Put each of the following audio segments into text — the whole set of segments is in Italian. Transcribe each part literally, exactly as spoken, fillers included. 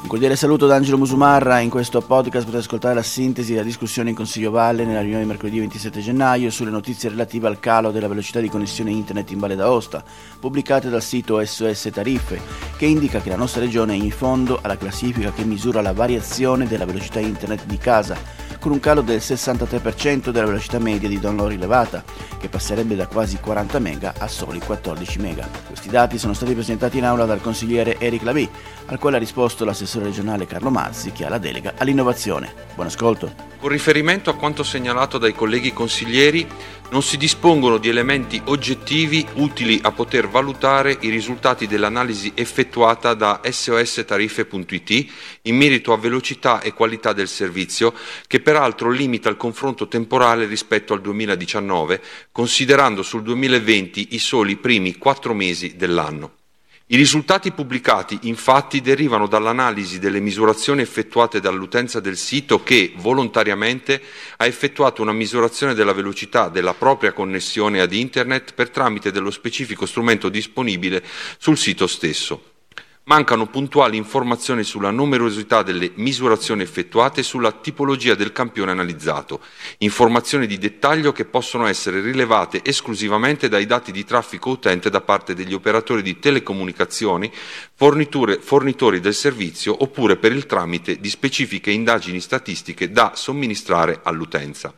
Un cordiale saluto da Angelo Musumarra. In questo podcast potete ascoltare la sintesi della discussione in Consiglio Valle nella riunione di mercoledì ventisette gennaio sulle notizie relative al calo della velocità di connessione internet in Valle d'Aosta, pubblicate dal sito S O S Tariffe, che indica che la nostra regione è in fondo alla classifica che misura la variazione della velocità internet di casa, con un calo del sessantatré per cento della velocità media di download rilevata, che passerebbe da quasi quaranta mega a soli quattordici mega. Questi dati sono stati presentati in aula dal consigliere Eric Lavie, al quale ha risposto l'assessore regionale Carlo Mazzi, che ha la delega all'innovazione. Buon ascolto. Con riferimento a quanto segnalato dai colleghi consiglieri, non si dispongono di elementi oggettivi utili a poter valutare i risultati dell'analisi effettuata da S O S Tariffe punto it in merito a velocità e qualità del servizio, che peraltro limita il confronto temporale rispetto al duemiladiciannove, considerando sul duemilaventi i soli primi quattro mesi dell'anno. I risultati pubblicati, infatti, derivano dall'analisi delle misurazioni effettuate dall'utenza del sito che, volontariamente, ha effettuato una misurazione della velocità della propria connessione ad Internet per tramite dello specifico strumento disponibile sul sito stesso. Mancano puntuali informazioni sulla numerosità delle misurazioni effettuate e sulla tipologia del campione analizzato, informazioni di dettaglio che possono essere rilevate esclusivamente dai dati di traffico utente da parte degli operatori di telecomunicazioni, fornitori del servizio oppure per il tramite di specifiche indagini statistiche da somministrare all'utenza.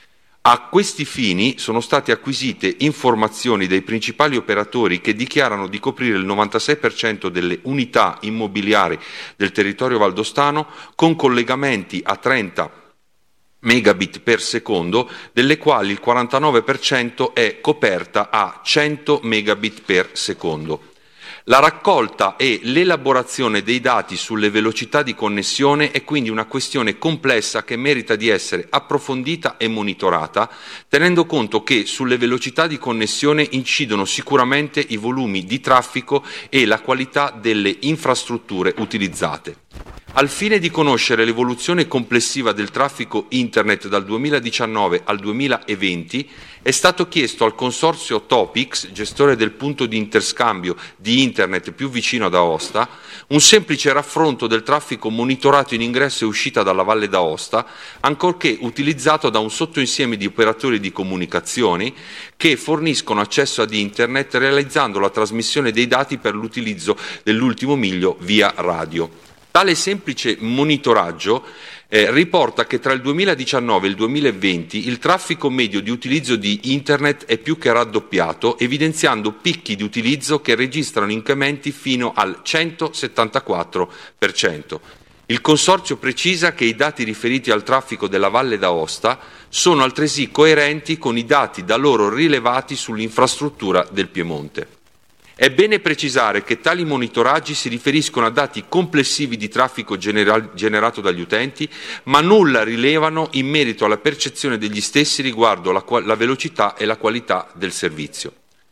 A questi fini sono state acquisite informazioni dai principali operatori che dichiarano di coprire il novantasei per cento delle unità immobiliari del territorio valdostano con collegamenti a trenta megabit per secondo, delle quali il quarantanove per cento è coperta a cento megabit per secondo. La raccolta e l'elaborazione dei dati sulle velocità di connessione è quindi una questione complessa che merita di essere approfondita e monitorata, tenendo conto che sulle velocità di connessione incidono sicuramente i volumi di traffico e la qualità delle infrastrutture utilizzate. Al fine di conoscere l'evoluzione complessiva del traffico Internet dal duemiladiciannove al duemilaventi, è stato chiesto al consorzio Topix, gestore del punto di interscambio di Internet più vicino ad Aosta, un semplice raffronto del traffico monitorato in ingresso e uscita dalla Valle d'Aosta, ancorché utilizzato da un sottoinsieme di operatori di comunicazioni che forniscono accesso ad Internet realizzando la trasmissione dei dati per l'utilizzo dell'ultimo miglio via radio. Tale semplice monitoraggio eh, riporta che tra il duemiladiciannove e il duemilaventi il traffico medio di utilizzo di Internet è più che raddoppiato, evidenziando picchi di utilizzo che registrano incrementi fino al centosettantaquattro per cento. Il consorzio precisa che i dati riferiti al traffico della Valle d'Aosta sono altresì coerenti con i dati da loro rilevati sull'infrastruttura del Piemonte. È bene precisare che tali monitoraggi si riferiscono a dati complessivi di traffico genera- generato dagli utenti, ma nulla rilevano in merito alla percezione degli stessi riguardo la, la velocità e la qualità del servizio.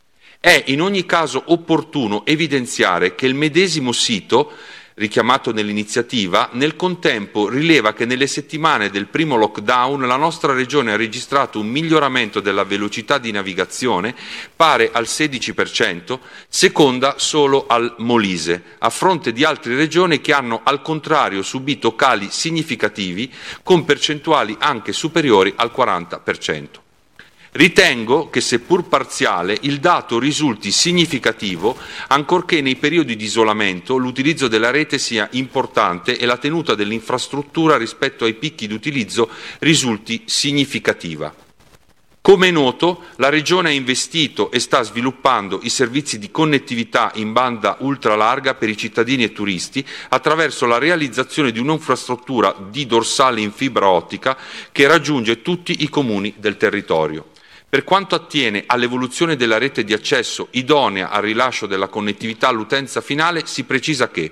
È in ogni caso opportuno evidenziare che il medesimo sito, richiamato nell'iniziativa, nel contempo rileva che nelle settimane del primo lockdown la nostra regione ha registrato un miglioramento della velocità di navigazione pari al sedici per cento, seconda solo al Molise, a fronte di altre regioni che hanno al contrario subito cali significativi con percentuali anche superiori al quaranta per cento. Ritengo che, seppur parziale, il dato risulti significativo, ancorché nei periodi di isolamento l'utilizzo della rete sia importante e la tenuta dell'infrastruttura rispetto ai picchi di utilizzo risulti significativa. Come è noto, la Regione ha investito e sta sviluppando i servizi di connettività in banda ultralarga per i cittadini e turisti attraverso la realizzazione di un'infrastruttura di dorsale in fibra ottica che raggiunge tutti i comuni del territorio. Per quanto attiene all'evoluzione della rete di accesso idonea al rilascio della connettività all'utenza finale, si precisa che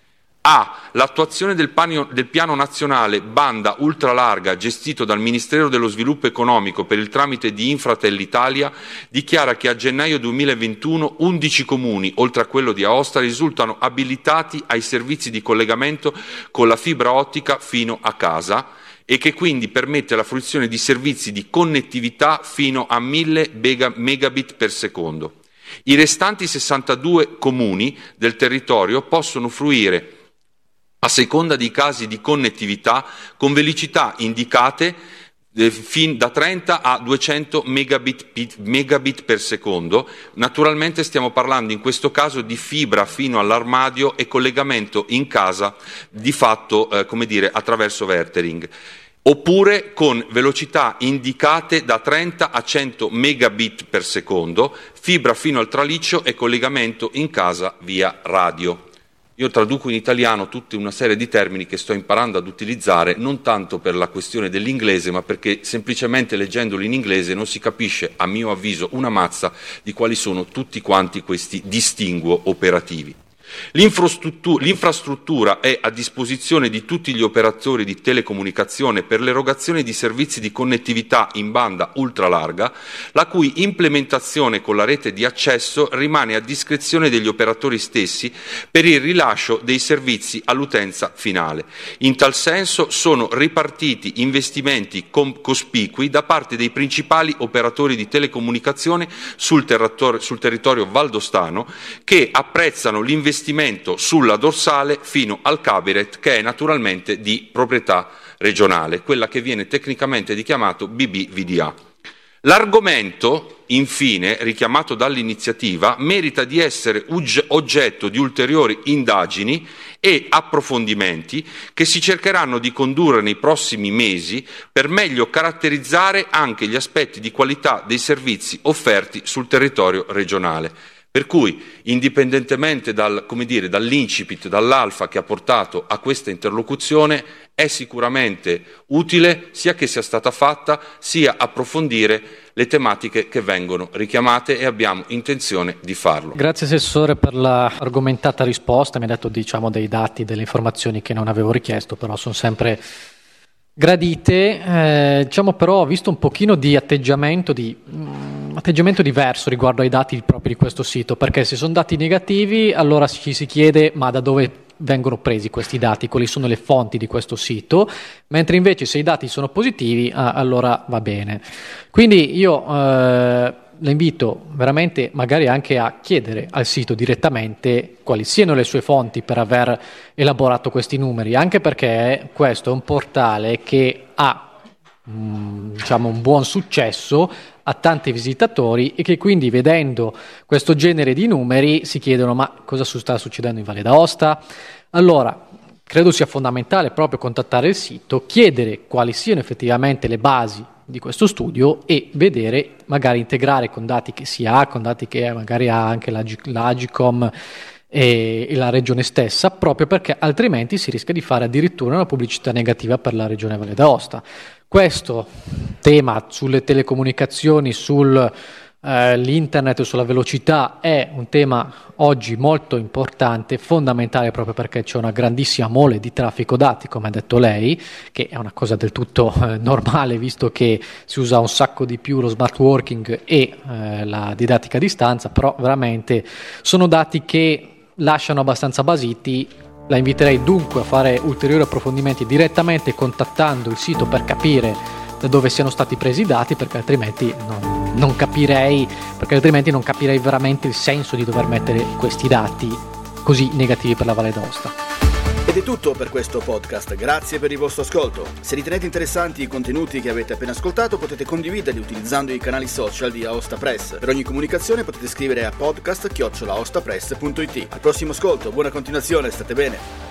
A. L'attuazione del, panio, del piano nazionale banda ultralarga gestito dal Ministero dello Sviluppo Economico per il tramite di Infratel Italia dichiara che a gennaio duemilaventuno undici comuni, oltre a quello di Aosta, risultano abilitati ai servizi di collegamento con la fibra ottica fino a casa e che quindi permette la fruizione di servizi di connettività fino a mille megabit per secondo. I restanti sessantadue comuni del territorio possono fruire a seconda dei casi di connettività con velocità indicate fin da trenta a duecento megabit, megabit per secondo. Naturalmente stiamo parlando in questo caso di fibra fino all'armadio e collegamento in casa di fatto, eh, come dire, attraverso Vertering, oppure con velocità indicate da trenta a cento megabit per secondo, fibra fino al traliccio e collegamento in casa via radio. Io traduco in italiano tutta una serie di termini che sto imparando ad utilizzare, non tanto per la questione dell'inglese, ma perché semplicemente leggendolo in inglese non si capisce, a mio avviso, una mazza di quali sono tutti quanti questi distinguo operativi. L'infrastruttura, l'infrastruttura è a disposizione di tutti gli operatori di telecomunicazione per l'erogazione di servizi di connettività in banda ultralarga, la cui implementazione con la rete di accesso rimane a discrezione degli operatori stessi per il rilascio dei servizi all'utenza finale. In tal senso sono ripartiti investimenti cospicui da parte dei principali operatori di telecomunicazione sul territorio, sul territorio valdostano, che apprezzano l'investimento sulla dorsale fino al cabinet, che è naturalmente di proprietà regionale, quella che viene tecnicamente chiamato B B V D A. L'argomento, infine, richiamato dall'iniziativa, merita di essere oggetto di ulteriori indagini e approfondimenti che si cercheranno di condurre nei prossimi mesi per meglio caratterizzare anche gli aspetti di qualità dei servizi offerti sul territorio regionale. Per cui, indipendentemente dal, come dire, dall'incipit, dall'alfa che ha portato a questa interlocuzione, è sicuramente utile sia che sia stata fatta, sia approfondire le tematiche che vengono richiamate, e abbiamo intenzione di farlo. Grazie Assessore per l'argomentata risposta, mi ha dato diciamo dei dati, delle informazioni che non avevo richiesto, però sono sempre gradite. Eh, diciamo però ho visto un pochino di atteggiamento di mh, atteggiamento diverso riguardo ai dati proprio di questo sito, perché se sono dati negativi allora ci si chiede ma da dove vengono presi questi dati, quali sono le fonti di questo sito, mentre invece se i dati sono positivi ah, allora va bene. Quindi io eh, le invito veramente magari anche a chiedere al sito direttamente quali siano le sue fonti per aver elaborato questi numeri, anche perché questo è un portale che ha mh, diciamo un buon successo, ha tanti visitatori e che quindi vedendo questo genere di numeri si chiedono ma cosa sta succedendo in Valle d'Aosta? Allora credo sia fondamentale proprio contattare il sito, chiedere quali siano effettivamente le basi di questo studio e vedere, magari integrare con dati che si ha, con dati che magari ha anche l'Agicom e, e la regione stessa, proprio perché altrimenti si rischia di fare addirittura una pubblicità negativa per la regione Valle d'Aosta. Questo tema sulle telecomunicazioni, sul eh, l'internet, sulla velocità è un tema oggi molto importante, fondamentale, proprio perché c'è una grandissima mole di traffico dati, come ha detto lei, che è una cosa del tutto eh, normale, visto che si usa un sacco di più lo smart working e eh, la didattica a distanza, però veramente sono dati che lasciano abbastanza basiti. La inviterei dunque a fare ulteriori approfondimenti direttamente contattando il sito per capire da dove siano stati presi i dati, perché altrimenti non, non capirei perché altrimenti non capirei veramente il senso di dover mettere questi dati così negativi per la Valle d'Aosta. Ed è tutto per questo podcast, grazie per il vostro ascolto. Se ritenete interessanti i contenuti che avete appena ascoltato, potete condividerli utilizzando i canali social di Aosta Press. Per ogni comunicazione potete scrivere a podcast chiocciola aostapress punto it. Al prossimo ascolto, buona continuazione, state bene.